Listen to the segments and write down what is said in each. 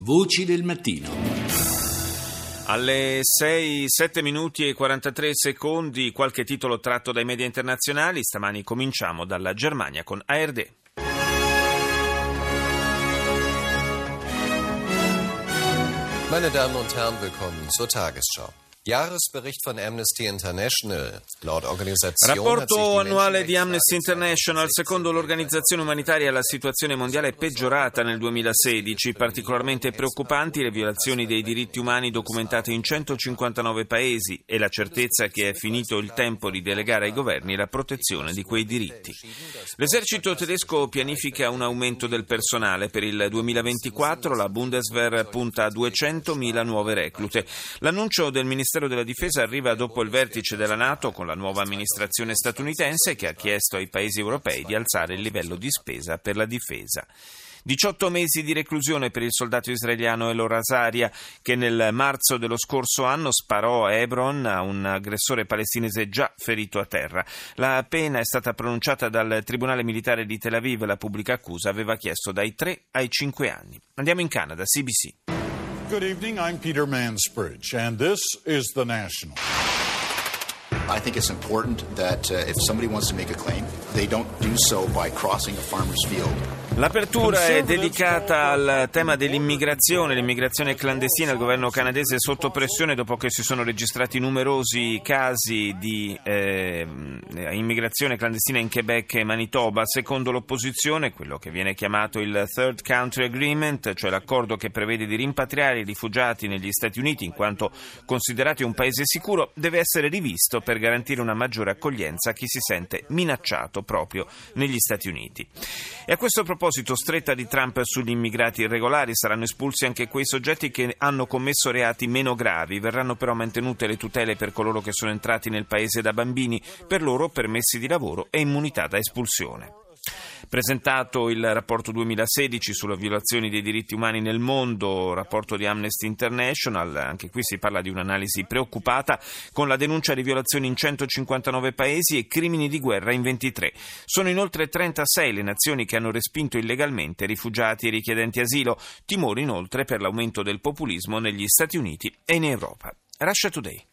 Voci del mattino. Alle 6, 7 minuti e 43 secondi, qualche titolo tratto dai media internazionali. Stamani cominciamo dalla Germania con ARD. Meine Damen und Herren, willkommen zur Tagesschau. Jahresbericht von Amnesty International. Rapporto annuale di Amnesty International. Secondo l'organizzazione umanitaria la situazione mondiale è peggiorata nel 2016. Particolarmente preoccupanti le violazioni dei diritti umani documentate in 159 paesi e la certezza che è finito il tempo di delegare ai governi la protezione di quei diritti. L'esercito tedesco pianifica un aumento del personale. Per il 2024 la Bundeswehr punta a 200.000 nuove reclute. L'annuncio del Ministero della Difesa arriva dopo il vertice della NATO con la nuova amministrazione statunitense che ha chiesto ai paesi europei di alzare il livello di spesa per la difesa. 18 mesi di reclusione per il soldato israeliano Elor Azaria che nel marzo dello scorso anno sparò a Hebron a un aggressore palestinese già ferito a terra. La pena è stata pronunciata dal Tribunale Militare di Tel Aviv. La pubblica accusa aveva chiesto dai 3 ai 5 anni. Andiamo in Canada, CBC. Good evening, I'm Peter Mansbridge, and this is The National. I think it's important that if somebody wants to make a claim, they don't do so by crossing a farmer's field. L'apertura è dedicata al tema dell'immigrazione, l'immigrazione clandestina. Il governo canadese è sotto pressione dopo che si sono registrati numerosi casi di immigrazione clandestina in Quebec e Manitoba. Secondo l'opposizione, quello che viene chiamato il Third Country Agreement, cioè l'accordo che prevede di rimpatriare i rifugiati negli Stati Uniti in quanto considerati un paese sicuro, deve essere rivisto per garantire una maggiore accoglienza a chi si sente minacciato proprio negli Stati Uniti. E a questo proposito, stretta di Trump sugli immigrati irregolari, saranno espulsi anche quei soggetti che hanno commesso reati meno gravi. Verranno però mantenute le tutele per coloro che sono entrati nel paese da bambini, per loro permessi di lavoro e immunità da espulsione. Presentato il rapporto 2016 sulle violazioni dei diritti umani nel mondo, rapporto di Amnesty International, anche qui si parla di un'analisi preoccupata con la denuncia di violazioni in 159 paesi e crimini di guerra in 23. Sono inoltre 36 le nazioni che hanno respinto illegalmente rifugiati e richiedenti asilo, timori inoltre per l'aumento del populismo negli Stati Uniti e in Europa. Russia Today.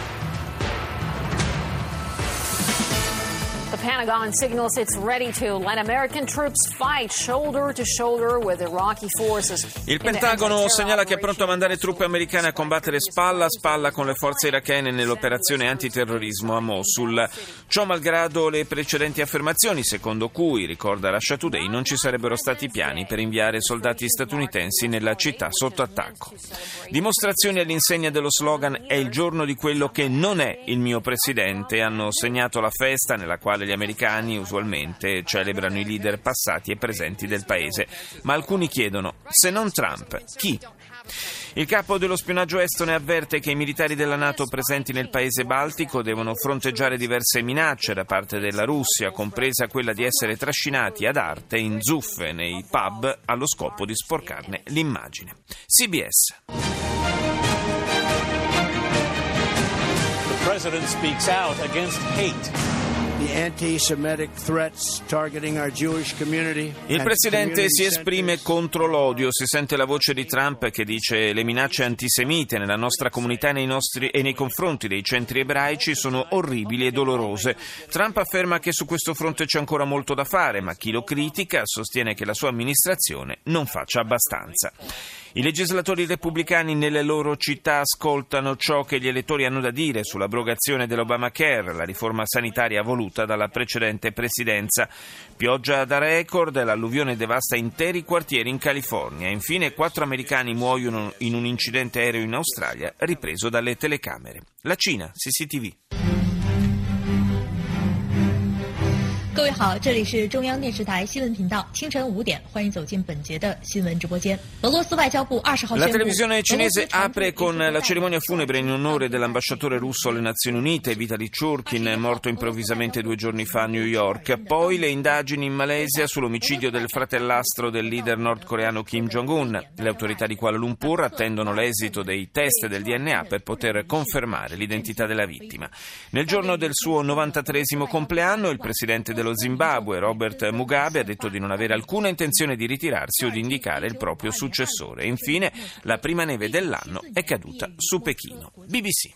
The Pentagon signals it's ready to let American troops fight shoulder to shoulder with Iraqi forces. Il Pentagono segnala che è pronto a mandare truppe americane a combattere spalla a spalla con le forze irachene nell'operazione antiterrorismo a Mosul. Ciò malgrado le precedenti affermazioni secondo cui, ricorda Russia Today, non ci sarebbero stati piani per inviare soldati statunitensi nella città sotto attacco. Dimostrazioni all'insegna dello slogan "È il giorno di quello che non è il mio presidente" hanno segnato la festa nella quale gli americani usualmente celebrano i leader passati e presenti del paese. Ma alcuni chiedono: se non Trump, chi? Il capo dello spionaggio estone avverte che i militari della NATO presenti nel paese baltico devono fronteggiare diverse minacce da parte della Russia, compresa quella di essere trascinati ad arte in zuffe nei pub allo scopo di sporcarne l'immagine. CBS. The president speaks out against hate. Il presidente si esprime contro l'odio. Si sente la voce di Trump che dice: le minacce antisemite nella nostra comunità e nei confronti dei centri ebraici sono orribili e dolorose. Trump afferma che su questo fronte c'è ancora molto da fare, ma chi lo critica sostiene che la sua amministrazione non faccia abbastanza. I legislatori repubblicani nelle loro città ascoltano ciò che gli elettori hanno da dire sull'abrogazione dell'Obamacare, la riforma sanitaria voluta dalla precedente presidenza. Pioggia da record, l'alluvione devasta interi quartieri in California. Infine 4 americani muoiono in un incidente aereo in Australia ripreso dalle telecamere. La Cina, CCTV. 各位好，这里是中央电视台新闻频道，清晨5点，欢迎走进本节的新闻直播间。俄罗斯外交部20号宣布， La televisione cinese apre con la cerimonia funebre in onore dell'ambasciatore russo alle Nazioni Unite, Vitaly Churkin, morto improvvisamente 2 giorni fa a New York. Poi le indagini in Malesia sull'omicidio del fratellastro del leader nordcoreano Kim Jong-un. Le autorità di Kuala Lumpur attendono l'esito dei test del DNA per poter confermare l'identità della vittima. Nel giorno del suo 93esimo compleanno, il presidente del dello Zimbabwe, Robert Mugabe, ha detto di non avere alcuna intenzione di ritirarsi o di indicare il proprio successore. E infine, la prima neve dell'anno è caduta su Pechino. BBC.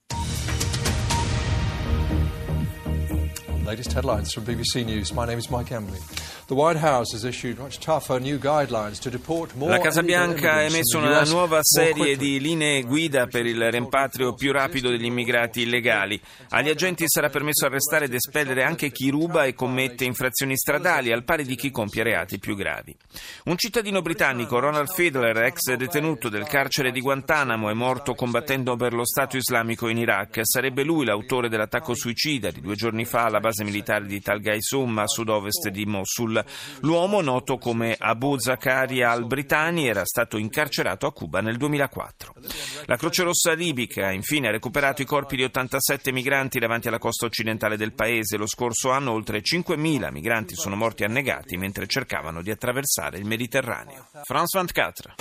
Latest headlines from BBC News. My name is Mike Embley. The White House has issued much tougher new guidelines to deport more. La Casa Bianca ha emesso una nuova serie di linee guida per il rimpatrio più rapido degli immigrati illegali. Agli agenti sarà permesso arrestare ed espellere anche chi ruba e commette infrazioni stradali, al pari di chi compie reati più gravi. Un cittadino britannico, Ronald Fiedler, ex detenuto del carcere di Guantanamo, è morto combattendo per lo Stato islamico in Iraq. Sarebbe lui l'autore dell'attacco suicida di 2 giorni fa alla base militare di Tal Gaisum a sud-ovest di Mosul. L'uomo, noto come Abu Zakaria al-Britani, era stato incarcerato a Cuba nel 2004. La Croce Rossa libica, infine, ha recuperato i corpi di 87 migranti davanti alla costa occidentale del paese. Lo scorso anno oltre 5.000 migranti sono morti annegati mentre cercavano di attraversare il Mediterraneo. France 24.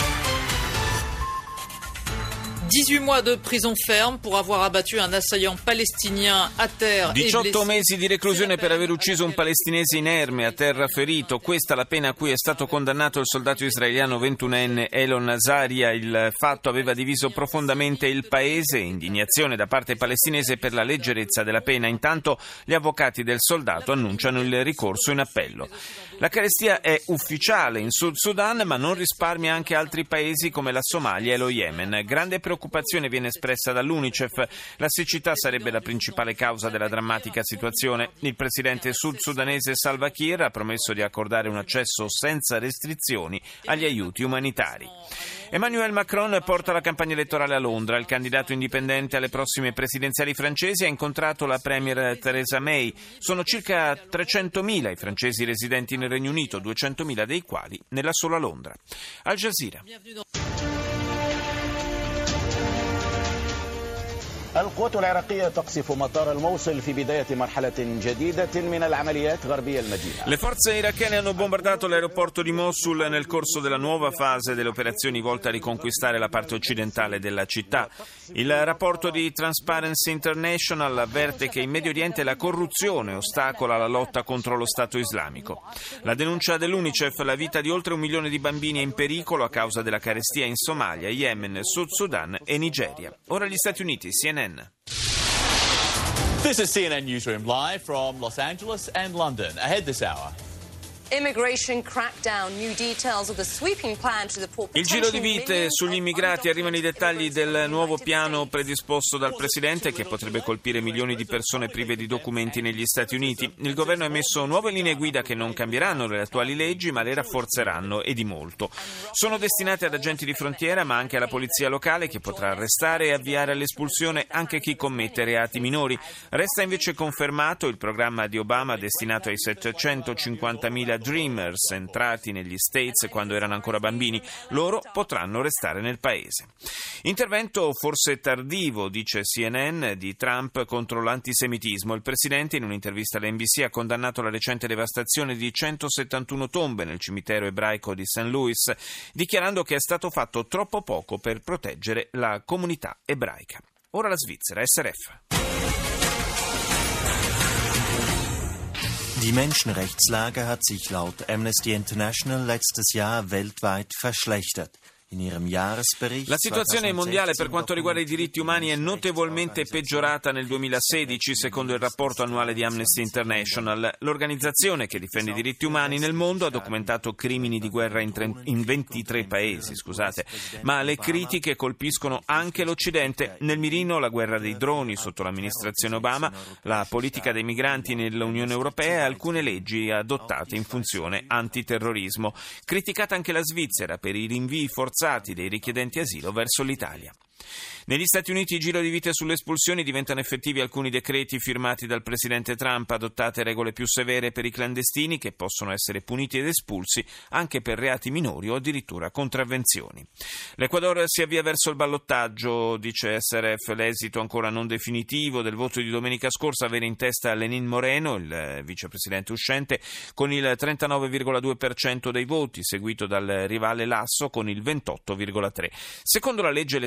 18 mois de prison ferme pour avoir abattu un assaillant palestinien a terre. 18 mesi di reclusione per aver ucciso un palestinese inerme a terra ferito. Questa la pena a cui è stato condannato il soldato israeliano 21enne Elon Azaria. Il fatto aveva diviso profondamente il paese. Indignazione da parte palestinese per la leggerezza della pena. Intanto gli avvocati del soldato annunciano il ricorso in appello. La carestia è ufficiale in Sud Sudan, ma non risparmia anche altri paesi come la Somalia e lo Yemen. Grande preoccupazione viene espressa dall'UNICEF. La siccità sarebbe la principale causa della drammatica situazione. Il presidente sud-sudanese Salva Kiir ha promesso di accordare un accesso senza restrizioni agli aiuti umanitari. Emmanuel Macron porta la campagna elettorale a Londra. Il candidato indipendente alle prossime presidenziali ha incontrato la premier Theresa May. Sono circa 300.000 i francesi residenti nel Regno Unito, 200.000 dei quali nella sola Londra. Al Jazeera. القوات العراقية تقصف مطار الموصل في بداية مرحلة جديدة من العمليات غربي المدينة. Le forze irachene hanno bombardato l'aeroporto di Mosul nel corso della nuova fase delle operazioni volte a riconquistare la parte occidentale della città. Il rapporto di Transparency International avverte che in Medio Oriente la corruzione ostacola la lotta contro lo Stato islamico. La denuncia dell'UNICEF: la vita di oltre 1 milione di bambini è in pericolo a causa della carestia in Somalia, Yemen, Sud Sudan e Nigeria. Ora gli Stati Uniti, CNN. This is CNN Newsroom live from Los Angeles and London. Ahead this hour. Immigration crackdown, new details of the sweeping plan to deport. Il giro di vite sugli immigrati. Arrivano i dettagli del nuovo piano predisposto dal Presidente che potrebbe colpire milioni di persone prive di documenti negli Stati Uniti. Il governo ha emesso nuove linee guida che non cambieranno le attuali leggi ma le rafforzeranno e di molto. Sono destinate ad agenti di frontiera ma anche alla polizia locale che potrà arrestare e avviare all'espulsione anche chi commette reati minori. Resta invece confermato il programma di Obama destinato ai 750.000 Dreamers entrati negli States quando erano ancora bambini. Loro potranno restare nel paese. Intervento forse tardivo, dice CNN, di Trump contro l'antisemitismo. Il presidente in un'intervista all'NBC ha condannato la recente devastazione di 171 tombe nel cimitero ebraico di St. Louis, dichiarando che è stato fatto troppo poco per proteggere la comunità ebraica. Ora la Svizzera, SRF. Die Menschenrechtslage hat sich laut Amnesty International letztes Jahr weltweit verschlechtert. La situazione mondiale per quanto riguarda i diritti umani è notevolmente peggiorata nel 2016, secondo il rapporto annuale di Amnesty International. L'organizzazione che difende i diritti umani nel mondo ha documentato crimini di guerra in 23 paesi, ma le critiche colpiscono anche l'Occidente. Nel mirino la guerra dei droni sotto l'amministrazione Obama, la politica dei migranti nell'Unione Europea e alcune leggi adottate in funzione antiterrorismo. Criticata anche la Svizzera per i rinvii forzati dei richiedenti asilo verso l'Italia. Negli Stati Uniti il giro di vite sulle espulsioni diventano effettivi alcuni decreti firmati dal presidente Trump, adottate regole più severe per i clandestini che possono essere puniti ed espulsi anche per reati minori o addirittura contravvenzioni. L'Ecuador si avvia verso il ballottaggio, dice SRF, l'esito ancora non definitivo del voto di domenica scorsa avere in testa Lenín Moreno, il vicepresidente uscente, con il 39,2% dei voti, seguito dal rivale Lasso con il 28,3%. Secondo la legge elettorale del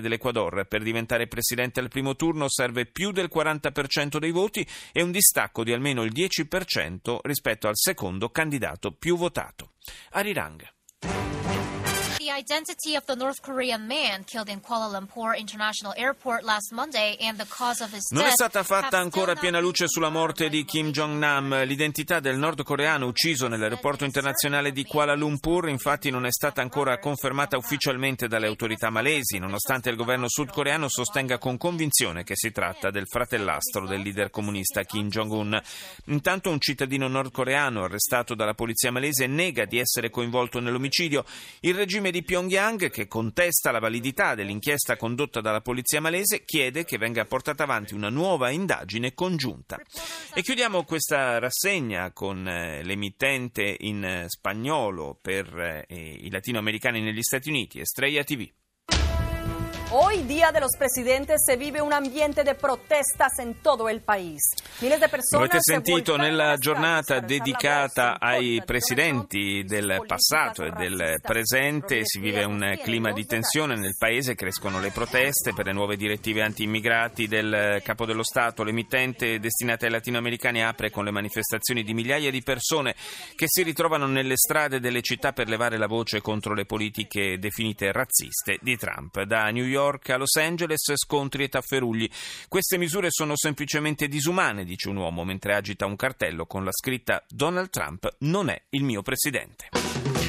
dell'Ecuador. Per diventare presidente al primo turno serve più del 40% dei voti e un distacco di almeno il 10% rispetto al secondo candidato più votato. Arirang. The identity of the North Korean man killed in Kuala Lumpur International Airport last Monday and the cause of his death. Non è stata fatta ancora piena luce sulla morte di Kim Jong-nam. L'identità del nordcoreano ucciso nell'aeroporto internazionale di Kuala Lumpur infatti non è stata ancora confermata ufficialmente dalle autorità malesi, nonostante il governo sudcoreano sostenga con convinzione che si tratta del fratellastro del leader comunista Kim Jong-un. Intanto un cittadino nordcoreano arrestato dalla polizia malese nega di essere coinvolto nell'omicidio. Il regime di Pyongyang, che contesta la validità dell'inchiesta condotta dalla polizia malese, chiede che venga portata avanti una nuova indagine congiunta. E chiudiamo questa rassegna con l'emittente in spagnolo per i latinoamericani negli Stati Uniti, Estrella TV. Hoy, Día de los Presidentes, se vive un ambiente de protestas en todo el país. Miles de personas. Avete sentito, nella giornata dedicata ai presidenti del passato e del presente si vive un clima di tensione nel paese, crescono le proteste per le nuove direttive anti-immigrati del Capo dello Stato. L'emittente destinata ai latinoamericani apre con le manifestazioni di migliaia di persone che si ritrovano nelle strade delle città per levare la voce contro le politiche definite razziste di Trump. Da New York a Los Angeles, scontri e tafferugli. Queste misure sono semplicemente disumane, dice un uomo mentre agita un cartello con la scritta «Donald Trump non è il mio presidente».